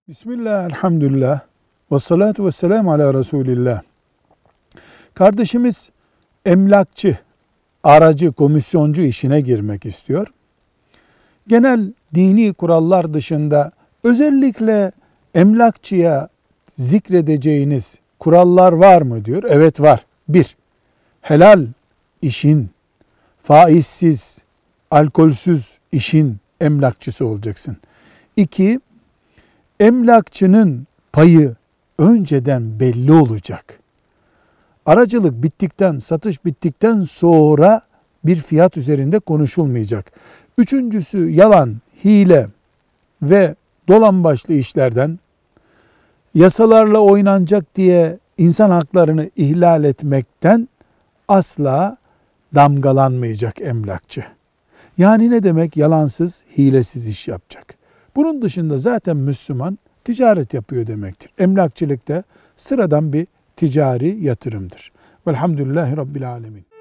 Bismillah, elhamdülillah, ve salatu ve selamu ala Resulillah. Kardeşimiz emlakçı, aracı, komisyoncu işine girmek istiyor. Genel dini kurallar dışında özellikle emlakçıya zikredeceğiniz kurallar var mı diyor. Evet var. 1. Helal işin, faizsiz, alkolsüz işin emlakçısı olacaksın. 2. Emlakçının payı önceden belli olacak. Aracılık bittikten, satış bittikten sonra bir fiyat üzerinde konuşulmayacak. Üçüncüsü yalan, hile ve dolambaçlı işlerden, yasalarla oynanacak diye insan haklarını ihlal etmekten asla damgalanmayacak emlakçı. Yani ne demek? Yalansız, hilesiz iş yapacak. Bunun dışında zaten Müslüman ticaret yapıyor demektir. Emlakçılık da sıradan bir ticari yatırımdır. Velhamdülillahi Rabbil Alemin.